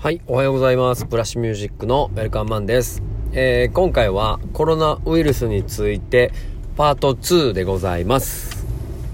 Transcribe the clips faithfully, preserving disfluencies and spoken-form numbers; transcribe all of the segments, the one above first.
はい、おはようございます。ブラッシュミュージックのウェルカムマンです。えー、今回はコロナウイルスについてパートツーでございます。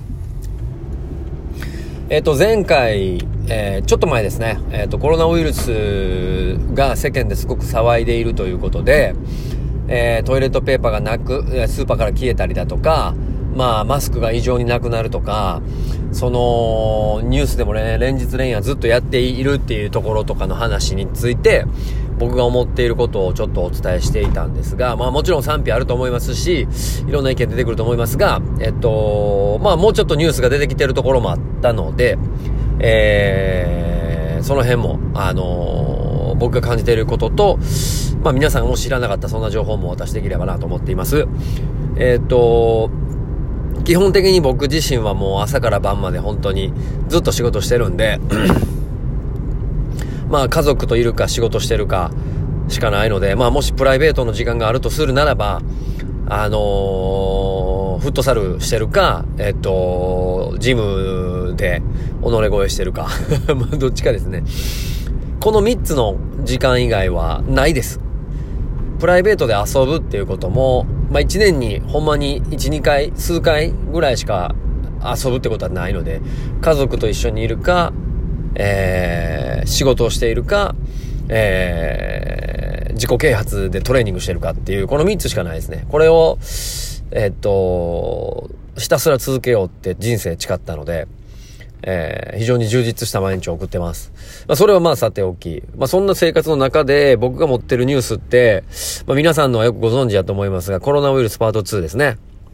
えっ、ー、と前回、えー、ちょっと前ですね、えーと、コロナウイルスが世間ですごく騒いでいるということで、えー、トイレットペーパーがなくスーパーから消えたりだとか、まあマスクが異常になくなるとか、そのニュースでもね連日連夜ずっとやっているっていうところとかの話について僕が思っていることをちょっとお伝えしていたんですが、まあもちろん賛否あると思いますし、いろんな意見出てくると思いますが、えっとまあもうちょっとニュースが出てきてるところもあったので、えー、その辺もあのー、僕が感じていることと、まあ皆さんがもし知らなかったそんな情報もお渡しできればなと思っています。えっと基本的に僕自身はもう朝から晩まで本当にずっと仕事してるんでまあ家族といるか仕事してるかしかないので、まあもしプライベートの時間があるとするならば、あのー、フットサルしてるか、えっとジムで己声してるかまあどっちかですね。このみっつの時間以外はないです。プライベートで遊ぶっていうことも、まあ一年にほんまにいち、にかい、数回ぐらいしか遊ぶってことはないので、家族と一緒にいるか、えー、仕事をしているか、えー、自己啓発でトレーニングしてるかっていう、このみっつしかないですね。これを、えー、っと、ひたすら続けようって人生誓ったので、えー、非常に充実した毎日を送ってます。まあ、それはまあさておき、まあ、そんな生活の中で僕が持ってるニュースって、まあ、皆さんのはよくご存知だと思いますが、コロナウイルスパートツーですね。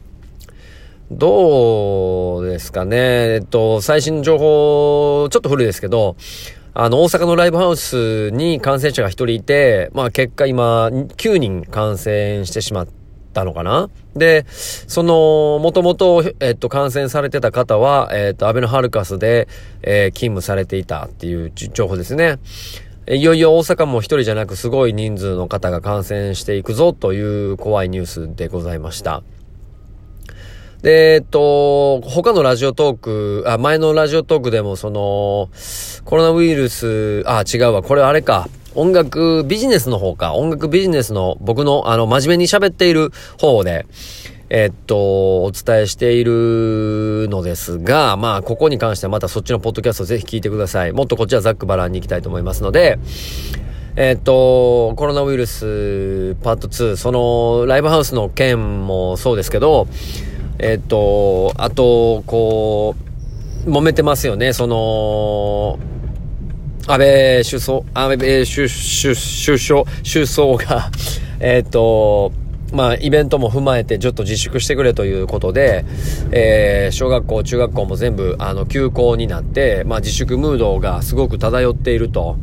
どうですかね。えっと、最新の情報、ちょっと古いですけど、あの、大阪のライブハウスに感染者がひとりいて、まあ結果今、きゅうにん感染してしまったのかな。で、その、もともと、えっと、感染されてた方は、えっと、アベノハルカスで、えー、勤務されていたっていう情報ですね。いよいよ大阪も一人じゃなくすごい人数の方が感染していくぞという怖いニュースでございました。で、えっと、他のラジオトーク、あ、前のラジオトークでもその、コロナウイルス、あ、違うわ、これあれか。音楽ビジネスの方か。音楽ビジネスの僕のあの真面目に喋っている方で、えっと、お伝えしているのですが、まあ、ここに関してはまたそっちのポッドキャストぜひ聞いてください。もっとこっちはざっくばらんに行きたいと思いますので、えっと、コロナウイルスパートツー、そのライブハウスの件もそうですけど、えっと、あと、こう、揉めてますよね、その、安倍首相、安倍首首首相、首相が、えっと、まあ、イベントも踏まえてちょっと自粛してくれということで、えー、小学校、中学校も全部、あの、休校になって、まあ、自粛ムードがすごく漂っていると。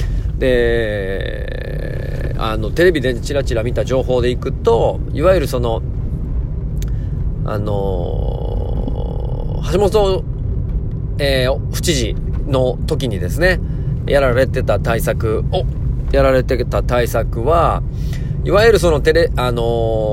で、あの、テレビでチラチラ見た情報でいくと、いわゆるその、あのー、橋本、えー、府知事の時にですね、やられてた対策を、やられてた対策は、いわゆるそのテレ、あのー、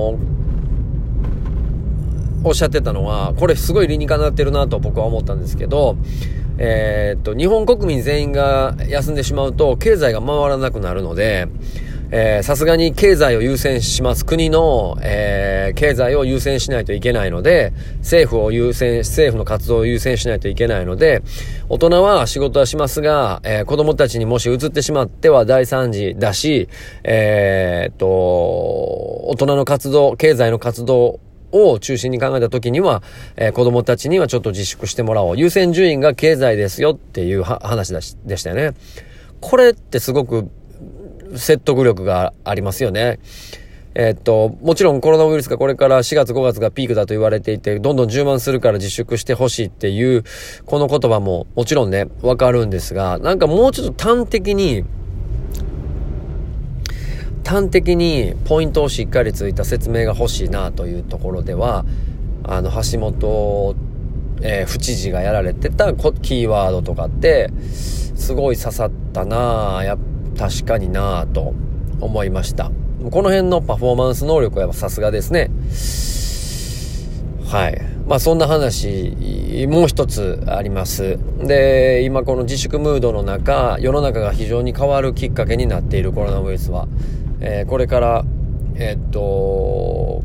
おっしゃってたのは、これすごい理にかなってるなと僕は思ったんですけど、えー、っと、日本国民全員が休んでしまうと、経済が回らなくなるので、えー、さすがに経済を優先します。国の、えー、経済を優先しないといけないので、政府を優先、政府の活動を優先しないといけないので、大人は仕事はしますが、えー、子供たちにもし移ってしまっては大惨事だし、えー、っと、大人の活動、経済の活動を中心に考えたときには、えー、子供たちにはちょっと自粛してもらおう。優先順位が経済ですよっていう話でしたよね。これってすごく説得力がありますよね。えー、っと、もちろんコロナウイルスがこれからしがつごがつがピークだと言われていて、どんどん充満するから自粛してほしいっていう、この言葉ももちろんね、わかるんですが、なんかもうちょっと端的に、端的にポイントをしっかりついた説明が欲しいなというところでは、あの、橋本、えー、府知事がやられてたキーワードとかって、すごい刺さったなぁ、やっぱ確かになぁと思いました。この辺のパフォーマンス能力はさすがですね。はい。 まあそんな話もう一つあります。で、今この自粛ムードの中、世の中が非常に変わるきっかけになっているコロナウイルスは、えー、これからえー、っと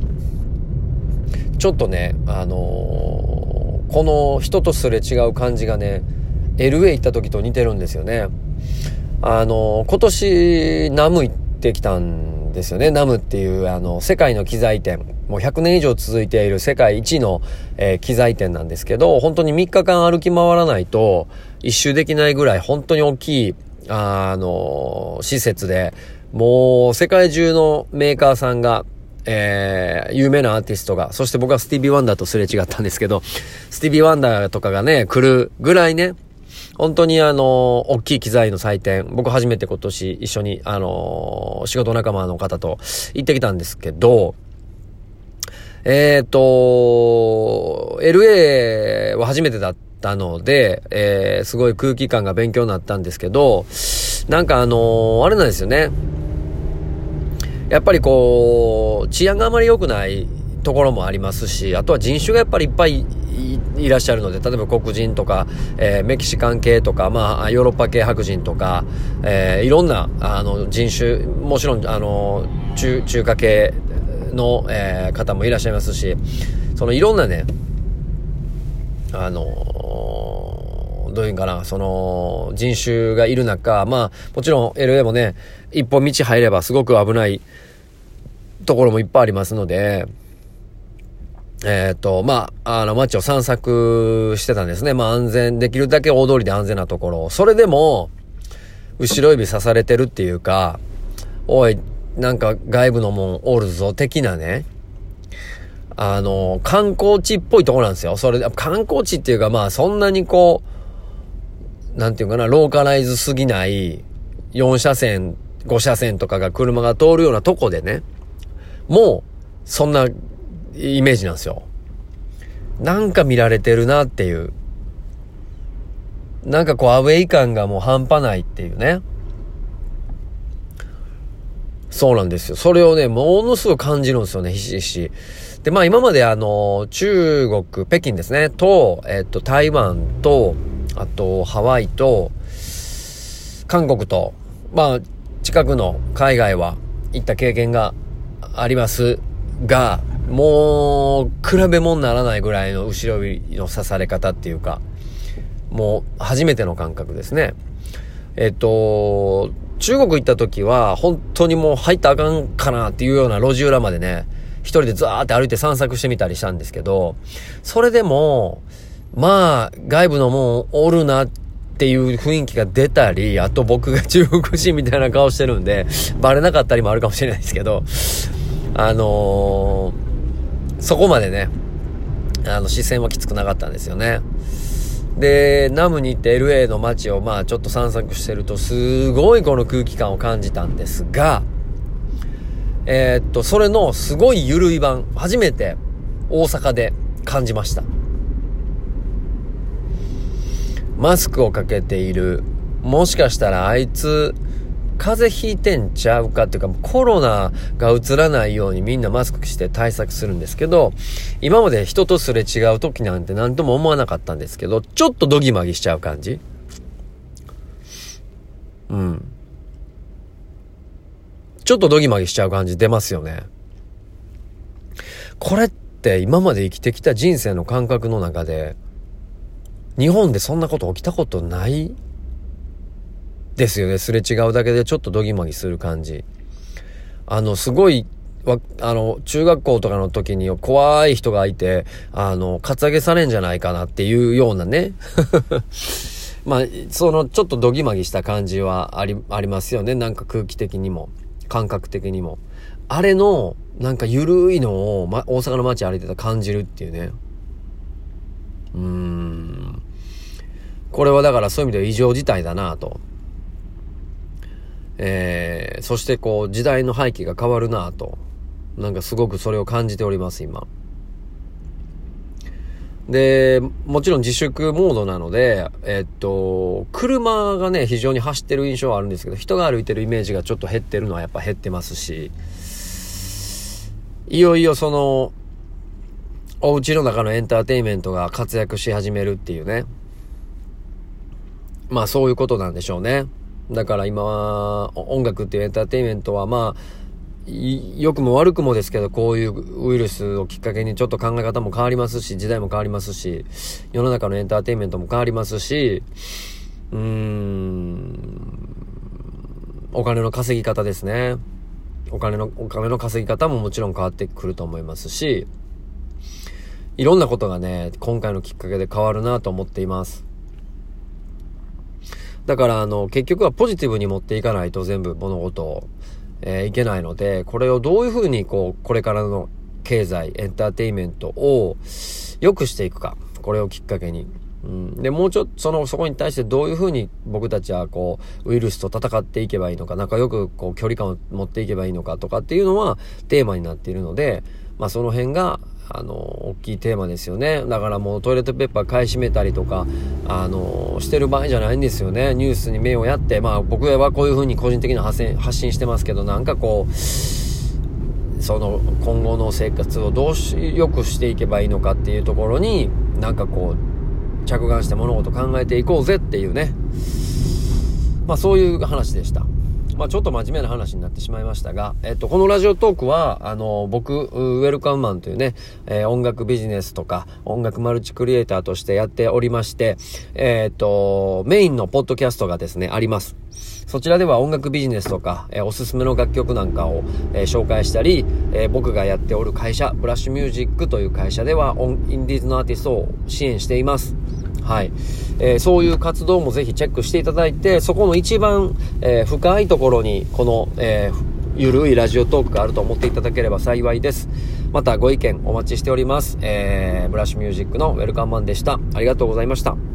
ちょっとね、あのー、この人とすれ違う感じがね、エルエー 行った時と似てるんですよね。あのー、今年ナム行ってきたんですよね。ナムっていうあの世界の機材店、もうひゃくねん以上続いている世界一の、えー、機材店なんですけど、本当にみっかかん歩き回らないと一周できないぐらい本当に大きいあのー、施設で、もう世界中のメーカーさんが、えー、有名なアーティストが、そして僕はスティービー・ワンダーとすれ違ったんですけど、スティービー・ワンダーとかがね来るぐらいね、本当にあの大きい機材の祭典、僕初めて今年一緒にあの仕事仲間の方と行ってきたんですけど、えっと エルエー は初めてだったので、えー、すごい空気感が勉強になったんですけど、なんかあのあれなんですよね。やっぱりこう治安があまり良くないところもありますし、あとは人種がやっぱりいっぱい い, いらっしゃるので、例えば黒人とか、えー、メキシカン系とか、まあヨーロッパ系白人とか、えー、いろんなあの人種、もちろんあの 中, 中華系の、えー、方もいらっしゃいますし、そのいろんなね、あのー、どういうんかな、その人種がいる中、まあもちろん エルエー もね、一本道入ればすごく危ないところもいっぱいありますので、えっと、まあ、あの、街を散策してたんですね。まあ、安全、できるだけ大通りで安全なところ。それでも、後ろ指刺されてるっていうか、おい、なんか外部のもんおるぞ、的なね。あの、観光地っぽいところなんですよ。それで、観光地っていうか、まあ、そんなにこう、なんていうかな、ローカライズすぎない、よん車線、ご車線とかが車が通るようなとこでね、もう、そんな、イメージなんですよ。なんか見られてるなっていう。なんかこうアウェイ感がもう半端ないっていうね。そうなんですよ。それをね、ものすごく感じるんですよね、ひしひし。で、まあ今まであの、中国、北京ですね、と、えっと、台湾と、あと、ハワイと、韓国と、まあ、近くの海外は行った経験がありますが、もう比べ物にならないぐらいの後ろ指の刺され方っていうか、もう初めての感覚ですね。えっと中国行った時は本当にもう入ったらあかんかなっていうような路地裏までね、一人でザーって歩いて散策してみたりしたんですけど、それでもまあ外部のもんおるなっていう雰囲気が出たり、あと僕が中国人みたいな顔してるんでバレなかったりもあるかもしれないですけど、あのーそこまでね、あの視線はきつくなかったんですよね。で、ナムに行って エルエー の街をまあちょっと散策してると、すごいこの空気感を感じたんですが、えー、っとそれのすごい緩い版、初めて大阪で感じました。マスクをかけている、もしかしたらあいつ風邪ひいてんちゃうかっていうか、コロナがうつらないようにみんなマスクして対策するんですけど、今まで人とすれ違う時なんて何とも思わなかったんですけど、ちょっとドギマギしちゃう感じ。うんちょっとドギマギしちゃう感じ出ますよね。これって今まで生きてきた人生の感覚の中で、日本でそんなこと起きたことないですよね。すれ違うだけでちょっとドギマギする感じ。あのすごいあの中学校とかの時に怖い人がいて、あのカツアゲされんじゃないかなっていうようなねまあそのちょっとドギマギした感じはありありますよね。なんか空気的にも感覚的にも、あれのなんか緩いのを、ま、大阪の街歩いてたら感じるっていうね。うーんこれはだからそういう意味では異常事態だなと。えー、そしてこう時代の背景が変わるなと、なんかすごくそれを感じております今で。もちろん自粛モードなので、えっと車がね非常に走ってる印象はあるんですけど、人が歩いてるイメージがちょっと減ってるのはやっぱ減ってますし、いよいよそのお家の中のエンターテインメントが活躍し始めるっていうね。まあそういうことなんでしょうね。だから今は音楽っていうエンターテインメントはまあ良くも悪くもですけど、こういうウイルスをきっかけにちょっと考え方も変わりますし、時代も変わりますし、世の中のエンターテインメントも変わりますし、うーんお金の稼ぎ方ですね。お金のお金の稼ぎ方ももちろん変わってくると思いますし、いろんなことがね今回のきっかけで変わるなと思っています。だからあの結局はポジティブに持っていかないと全部物事を、えー、いけないので、これをどういうふうにこうこれからの経済エンターテインメントを良くしていくか、これをきっかけに、うん、でもうちょっとそのそこに対してどういうふうに僕たちはこうウイルスと戦っていけばいいのか、仲良くこう距離感を持っていけばいいのかとかっていうのはテーマになっているので、まあその辺があの大きいテーマですよね。だからもうトイレットペーパー買い占めたりとかあのしてる場合じゃないんですよね。ニュースに目をやって、まあ僕はこういう風に個人的な発信発信してますけど、なんかこうその今後の生活をどうしよくしていけばいいのかっていうところになんかこう着眼して物事考えていこうぜっていうね、まあそういう話でした。まあちょっと真面目な話になってしまいましたが、えっとこのラジオトークはあの僕ウェルカムマンというね、えー、音楽ビジネスとか音楽マルチクリエイターとしてやっておりまして、えっとメインのポッドキャストがですねあります。そちらでは音楽ビジネスとか、えー、おすすめの楽曲なんかを、えー、紹介したり、えー、僕がやっておる会社ブラッシュミュージックという会社ではオンインディーズのアーティストを支援しています。はい、えー、そういう活動もぜひチェックしていただいて、そこの一番、えー、深いところにこの、えー、ゆるいラジオトークがあると思っていただければ幸いです。またご意見お待ちしております。えー、ブラッシュミュージックのウェルカムマンでした。ありがとうございました。